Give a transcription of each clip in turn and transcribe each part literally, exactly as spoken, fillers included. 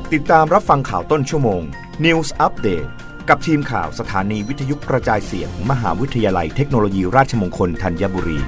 ติดตามรับฟังข่าวต้นชั่วโมง News Update กับทีมข่าวสถานีวิทยุกระจายเสียง มหาวิทยาลัยเทคโนโลยีราชมงคลธัญบุรี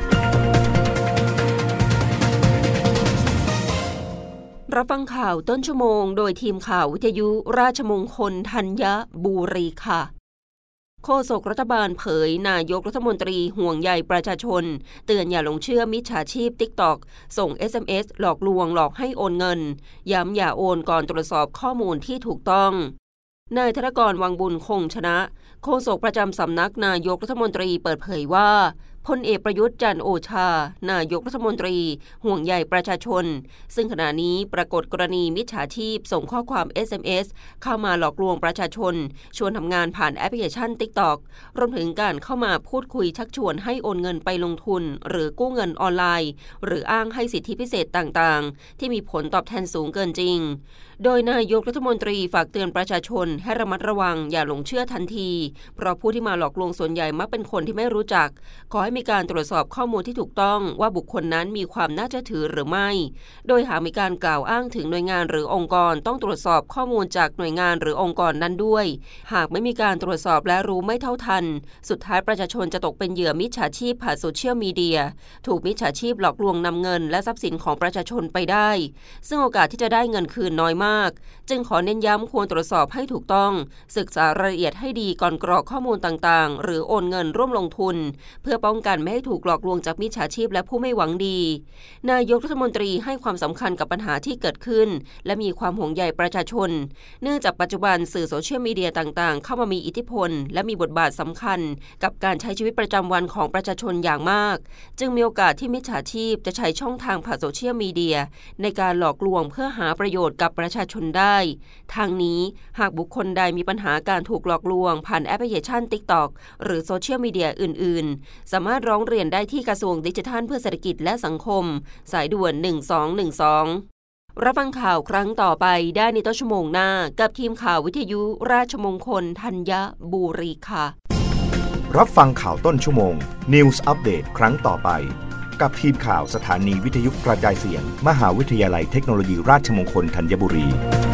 รับฟังข่าวต้นชั่วโมงโดยทีมข่าววิทยุราชมงคลธัญบุรีค่ะโฆษกรัฐบาลเผยนายกรัฐมนตรีห่วงใยประชาชนเตือนอย่าหลงเชื่อมิจฉาชีพ TikTok ส่ง เอส เอ็ม เอส หลอกลวงหลอกให้โอนเงินย้ำอย่าโอนก่อนตรวจสอบข้อมูลที่ถูกต้องนายธนกรวังบุญคงชนะโฆษกประจำสำนักนายกรัฐมนตรีเปิดเผยว่าพลเอกประยุทธ์จันทร์โอชานายกรัฐมนตรีห่วงใยประชาชนซึ่งขณะนี้ปรากฏกรณีมิจฉาชีพส่งข้อความ เอส เอ็ม เอส เข้ามาหลอกลวงประชาชนชวนทำงานผ่านแอปพลิเคชัน TikTok รวมถึงการเข้ามาพูดคุยชักชวนให้โอนเงินไปลงทุนหรือกู้เงินออนไลน์หรืออ้างให้สิทธิพิเศษต่างๆที่มีผลตอบแทนสูงเกินจริงโดยนายกรัฐมนตรีฝากเตือนประชาชนให้ระมัดระวังอย่าหลงเชื่อทันทีเพราะผู้ที่มาหลอกลวงส่วนใหญ่มักเป็นคนที่ไม่รู้จักขอให้มีการตรวจสอบข้อมูลที่ถูกต้องว่าบุคคลนั้นมีความน่าเชื่อถือหรือไม่โดยหากมีการกล่าวอ้างถึงหน่วยงานหรือองค์กรต้องตรวจสอบข้อมูลจากหน่วยงานหรือองค์กรนั้นด้วยหากไม่มีการตรวจสอบและรู้ไม่เท่าทันสุดท้ายประชาชนจะตกเป็นเหยื่อมิจฉาชีพผ่านโซเชียลมีเดียถูกมิจฉาชีพหลอกลวงนำเงินและทรัพย์สินของประชาชนไปได้ซึ่งโอกาสที่จะได้เงินคืนน้อยมากจึงขอเน้นย้ำควรตรวจสอบให้ถูกต้องศึกษารายละเอียดให้ดีก่อนกรอกข้อมูลต่างๆหรือโอนเงินร่วมลงทุนเพื่อป้องกันไม่ให้ถูกหลอกลวงจากมิจฉาชีพและผู้ไม่หวังดีนายกรัฐมนตรีให้ความสำคัญกับปัญหาที่เกิดขึ้นและมีความห่วงใยประชาชนเนื่องจากปัจจุบันสื่อโซเชียลมีเดียต่างๆเข้ามามีอิทธิพลและมีบทบาทสำคัญกับการใช้ชีวิตประจำวันของประชาชนอย่างมากจึงมีโอกาสที่มิจฉาชีพจะใช้ช่องทางผ่านโซเชียลมีเดียในการหลอกลวงเพื่อหาประโยชน์กับประชาชนได้ทางนี้หากบุคคลใดมีปัญหาการถูกหลอกลวงผ่านแอปพลิเคชัน TikTok หรือโซเชียลมีเดียอื่นๆสามารถร้องเรียนได้ที่กระทรวงดิจิทัลเพื่อเศรษฐกิจและสังคมสายด่วนหนึ่งสองหนึ่งสองรับฟังข่าวครั้งต่อไปได้ในต้นชั่วโมงหน้ากับทีมข่าววิทยุราชมงคลธัญบุรีค่ะรับฟังข่าวต้นชั่วโมง News Update ครั้งต่อไปกับทีมข่าวสถานีวิทยุกระจายเสียงมหาวิทยาลัยเทคโนโลยีราชมงคลธัญบุรี